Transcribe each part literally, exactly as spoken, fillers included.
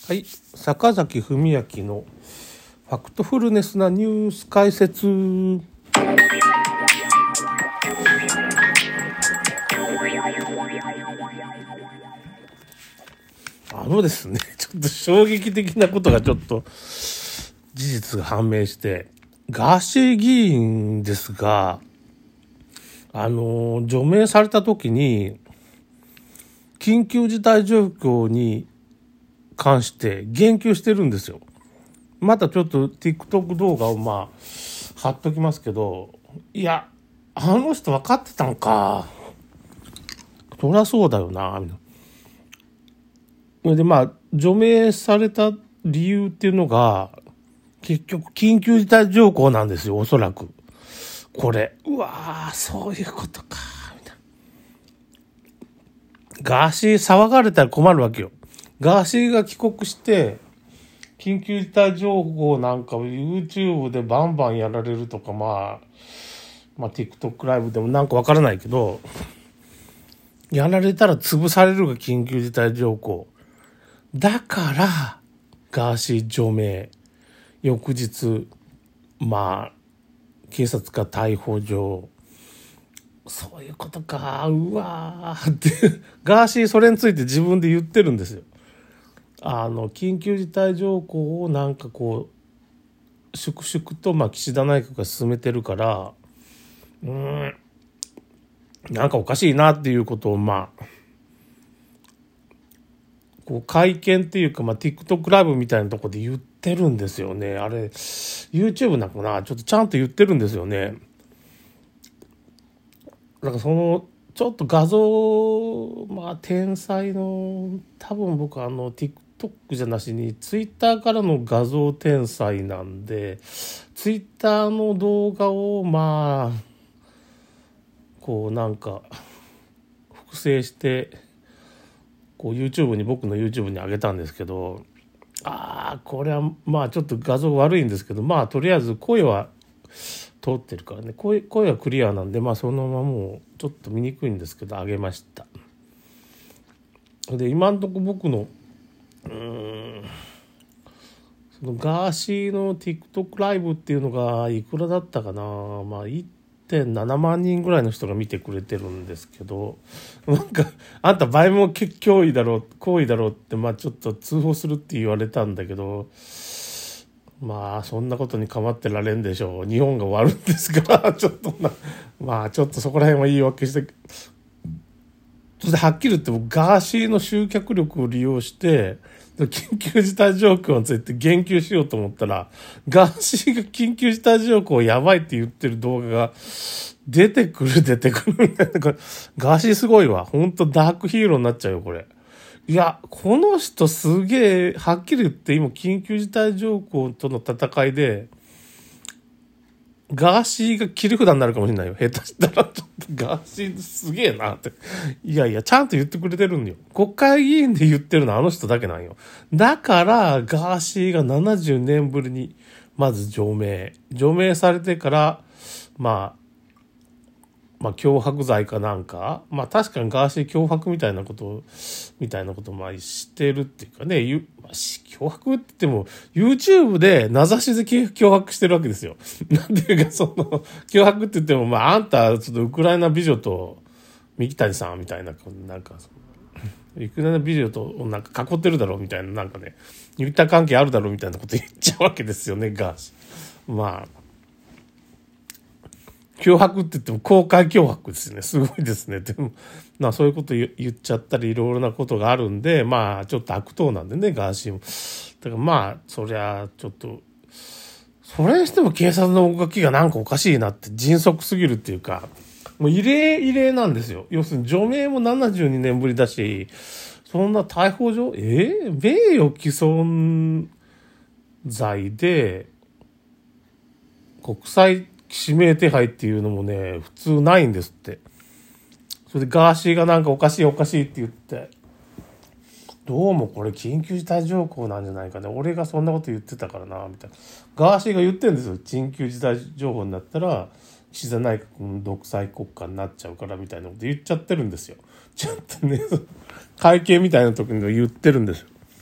はい、坂崎文明のファクトフルネスなニュース解説。あのですね、ちょっと衝撃的なことがちょっと事実が判明して、ガーシー議員ですが、あの除名された時に緊急事態状況に関して言及してるんですよ。またちょっと TikTok 動画をまあ貼っときますけど、いやあの人分かってたんか、そりゃそうだよなみたいな。それでまあ除名された理由っていうのが結局緊急事態条項なんですよ、おそらく。これうわーそういうことかみたいな。ガーシー騒がれたら困るわけよ。ガーシーが帰国して緊急事態情報なんかを YouTube でバンバンやられるとか、まあまあ TikTok ライブでもなんかわからないけど、やられたら潰されるが緊急事態条項だからガーシー除名、翌日まあ警察が逮捕状、そういうことか、うわーってガーシーそれについて自分で言ってるんですよ。あの緊急事態条項をなんかこう粛々とまあ岸田内閣が進めてるから、うーんなんかおかしいなっていうことをまあこう会見っていうか、まあ TikTok ライブみたいなところで言ってるんですよね。あれ YouTube なんかな、ちょっとちゃんと言ってるんですよね。なんかそのちょっと画像、まあ天才の多分僕あの TikTok じゃなしにツイッターからの画像天才なんで、ツイッターの動画をまあこうなんか複製してこう YouTube に僕の YouTube に上げたんですけど、ああこれはまあちょっと画像悪いんですけど、まあとりあえず声は通ってるからね、声声はクリアなんで、まあそのままもうちょっと見にくいんですけど上げました。で今んとこ僕のうーんそのガーシーの TikTok ライブっていうのがいくらだったかな、まあ いってんななまん人ぐらいの人が見てくれてるんですけど、なんかあんた倍も脅威だろう行為だろうってまあちょっと通報するって言われたんだけど、まあそんなことに構ってられんでしょう、日本が悪いんですからちょっとなまあちょっとそこら辺は言い訳して、そしてはっきり言ってもガーシーの集客力を利用して緊急事態状況について言及しようと思ったら、ガーシーが緊急事態状況やばいって言ってる動画が出てくる出てくるガーシーすごいわ、本当ダークヒーローになっちゃうよこれ。いやこの人すげえはっきり言って今緊急事態条項との戦いでガーシーが切り札になるかもしれないよ。下手したらちょっとガーシーすげえなって。いやいや、ちゃんと言ってくれてるんだよ。国会議員で言ってるのはあの人だけなんよ。だから、ガーシーがななじゅうねんぶりに、まず除名。除名されてから、まあ、まあ、脅迫罪かなんか。まあ、確かにガーシー脅迫みたいなこと、みたいなことをまあしてるっていうかね、ゆまあ、脅迫って言っても、YouTube で名指しで脅迫してるわけですよ。なんていうか、その、脅迫って言っても、まあ、あんた、ちょっとウクライナ美女と三木谷さんみたいな、なんか、ウクライナ美女となんか囲ってるだろうみたいな、なんかね、言った関係あるだろうみたいなこと言っちゃうわけですよね、ガーシー。まあ、脅迫って言っても公開脅迫ですね。すごいですね。でも、まあそういうこと言っちゃったりいろいろなことがあるんで、まあちょっと悪党なんでね、ガーシーも。だからまあ、そりゃちょっと、それにしても警察の動きがなんかおかしいなって迅速すぎるっていうか、もう異例異例なんですよ。要するに除名もななじゅうにねんぶりだし、そんな逮捕状、えー、名誉毀損罪で国際指名手配っていうのもね普通ないんですって。それでガーシーがなんかおかしいおかしいって言って、どうもこれ緊急事態条項なんじゃないかね、俺がそんなこと言ってたからなみたいな。ガーシーが言ってるんですよ、緊急事態条項になったら岸田内閣の独裁国家になっちゃうからみたいなこと言っちゃってるんですよ。ちょっとね会見みたいな時に言ってるんですよ。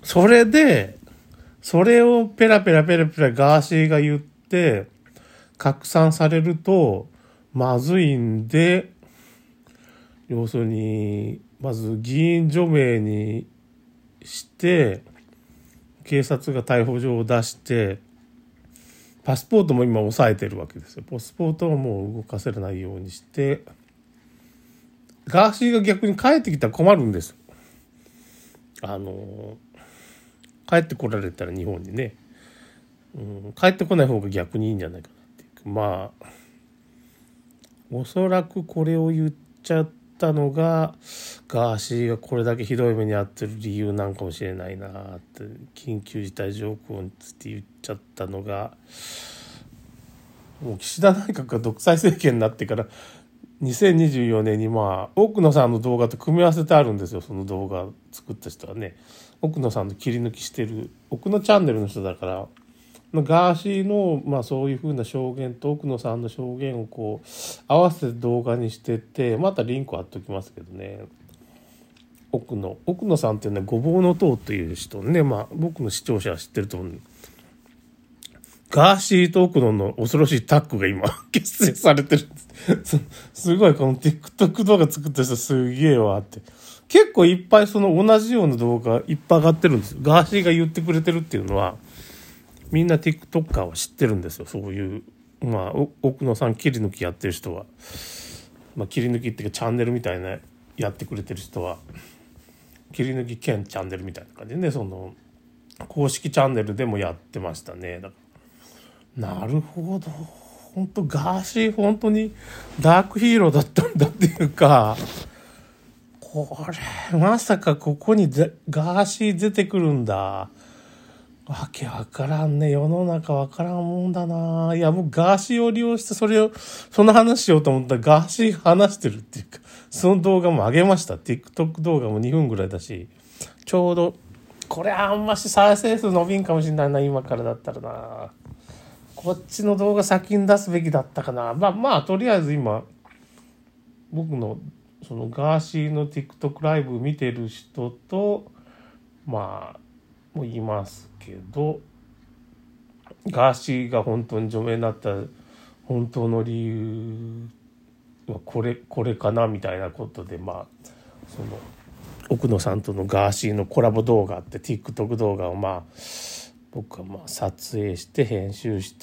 それで、それをペラペラペラペラガーシーが言って拡散されるとまずいんで、要するにまず議員除名にして警察が逮捕状を出してパスポートも今押さえてるわけですよ。パスポートはもう動かせないようにして、ガーシーが逆に帰ってきたら困るんですよ。あの帰ってこられたら日本にね、うん、帰ってこない方が逆にいいんじゃないかなっていう。まあおそらくこれを言っちゃったのがガーシーがこれだけひどい目に遭ってる理由なんかもしれないなって、緊急事態条項について言っちゃったのが、もう岸田内閣が独裁政権になってからにせんにじゅうよねんにまあ奥野さんの動画と組み合わせてあるんですよ。その動画作った人はね、奥野さんの切り抜きしてる奥野チャンネルの人だから、ガーシーのまあそういうふうな証言と奥野さんの証言をこう合わせて動画にしてて、またリンク貼っときますけどね、奥野奥野さんっていうのはごぼうの塔という人ね、まあ僕の視聴者は知ってると思う。ガーシーと奥野の恐ろしいタッグが今結成されてるんです。すごい、この TikTok 動画作った人すげえわって。結構いっぱいその同じような動画いっぱい上がってるんですよ。ガーシーが言ってくれてるっていうのはみんな TikToker は知ってるんですよ。そういうまあ奥野さん切り抜きやってる人は、まあ、切り抜きっていうかチャンネルみたいなやってくれてる人は切り抜き兼チャンネルみたいな感じでね、その公式チャンネルでもやってましたね。だからなるほど、本当ガーシー本当にダークヒーローだったんだっていうか、これまさかここにガーシー出てくるんだ、わけわからんね。世の中わからんもんだな。いや僕ガーシーを利用してそれをその話しようと思ったらガーシーが話してるっていうか、その動画も上げました。 TikTok 動画もにふんぐらいだし、ちょうどこれあんまし再生数伸びんかもしれないな、今からだったらな。こっちの動画先に出すべきだったかな。まあまあとりあえず今僕のそのガーシーの TikTok ライブ見てる人とまあもう言いますけど、ガーシーが本当に除名になった本当の理由はこれこれかなみたいなことで、まあその奥野さんとのガーシーのコラボ動画って TikTok 動画をまあ僕はまあ撮影して編集して、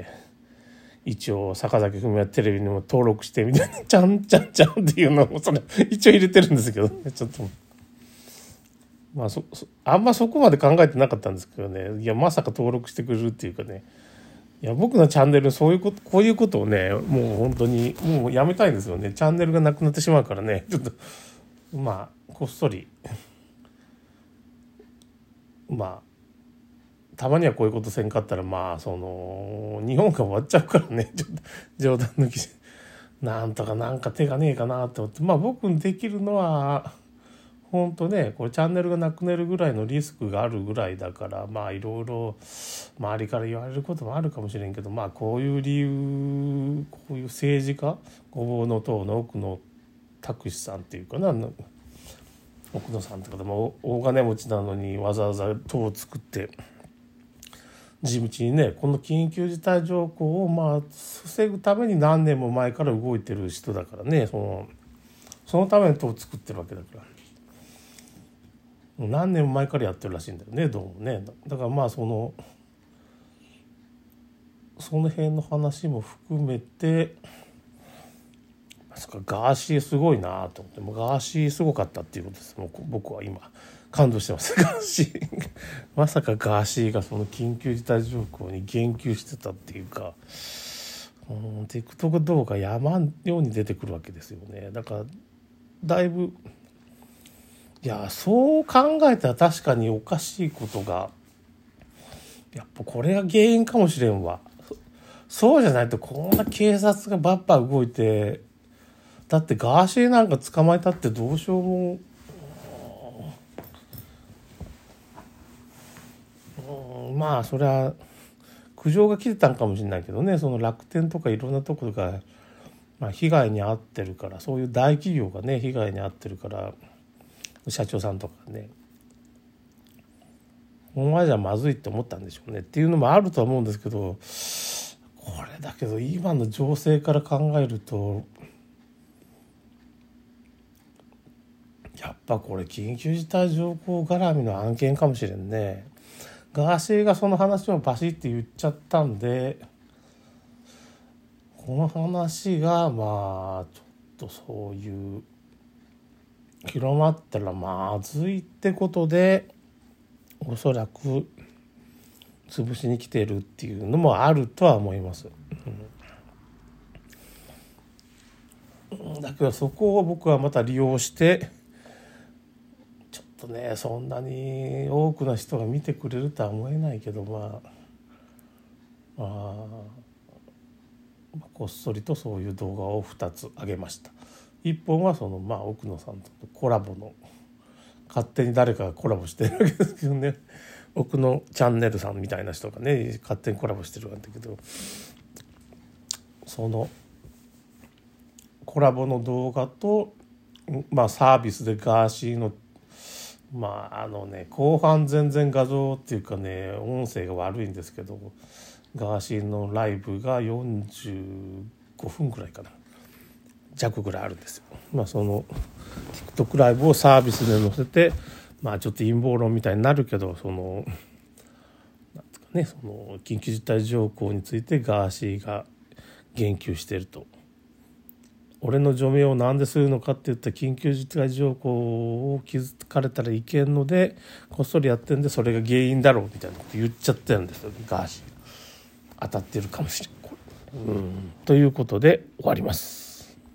一応坂崎文也テレビにも登録してみたいな、ちゃんちゃんちゃんっていうのもそれ一応入れてるんですけどね、ちょっとまあそそあんまそこまで考えてなかったんですけどね、いやまさか登録してくれるっていうかね、いや僕のチャンネルそういうことこういうことをねもう本当にもうやめたいんですよね。チャンネルがなくなってしまうからね、ちょっとまあこっそりまあたまにはこういうことせんかったらまあその日本が終わっちゃうからね、ちょっと冗談抜きでなんとかなんか手がねえかなと思って、まあ僕にできるのは本当ね、これチャンネルがなくなるぐらいのリスクがあるぐらいだから、まあいろいろ周りから言われることもあるかもしれんけど、まあこういう理由、こういう政治家、ごぼうの党の奥野拓司さんっていうかな、奥野さんとかでも大金持ちなのにわざわざ党を作って地道にね、この緊急事態条項をまあ防ぐために何年も前から動いてる人だからね、そのそのために党を作ってるわけだから、何年も前からやってるらしいんだよね、どうもね。だからまあそのその辺の話も含めて、まさかガーシーすごいなと思って、もうガーシーすごかったっていうことです。もう僕は今感動してます。ガーシーまさかガーシーがその緊急事態条項に言及してたっていうか、うん、TikTok 動画山んように出てくるわけですよね。だからだいぶ、いやそう考えたら確かにおかしいことがやっぱこれが原因かもしれんわ。そうじゃないとこんな警察がバッバ動いて、だってガーシーなんか捕まえたってどうしようも、うん、まあそれは苦情が来てたんかもしれないけどね、その楽天とかいろんなところが、まあ、被害に遭ってるから、そういう大企業がね被害に遭ってるから、社長さんとかね、 このままじゃまずいって思ったんでしょうねっていうのもあるとは思うんですけど、これだけど今の情勢から考えるとやっぱこれ緊急事態条項絡みの案件かもしれんね。ガーシーがその話をバシッて言っちゃったんで、この話がまあちょっとそういう広まったらまずいってことでおそらく潰しに来てるっていうのもあるとは思います、うん、だけどそこを僕はまた利用してちょっとねそんなに多くの人が見てくれるとは思えないけど、まあ、まあ、こっそりとそういう動画をふたつ上げました。いっぽんはその、まあ、奥野さんとコラボの勝手に誰かがコラボしてるわけですけどね、奥野チャンネルさんみたいな人がね勝手にコラボしてるわけだけど、そのコラボの動画と、まあ、サービスでガーシーのまああのね後半全然画像っていうかね音声が悪いんですけど、ガーシーのライブがよんじゅうごふんくらいかな弱ぐらいあるんですよ。まあその TikTok ライブをサービスで載せて、まあちょっと陰謀論みたいになるけど、そのなんつうかね、その緊急事態条項についてガーシーが言及していると。俺の除名をなんでするのかって言ったら緊急事態条項を気づかれたらいけんのでこっそりやってんでそれが原因だろうみたいなこと言っちゃってるんですよ、ガーシー。当たってるかもしれん、これ、うん、ということで終わります。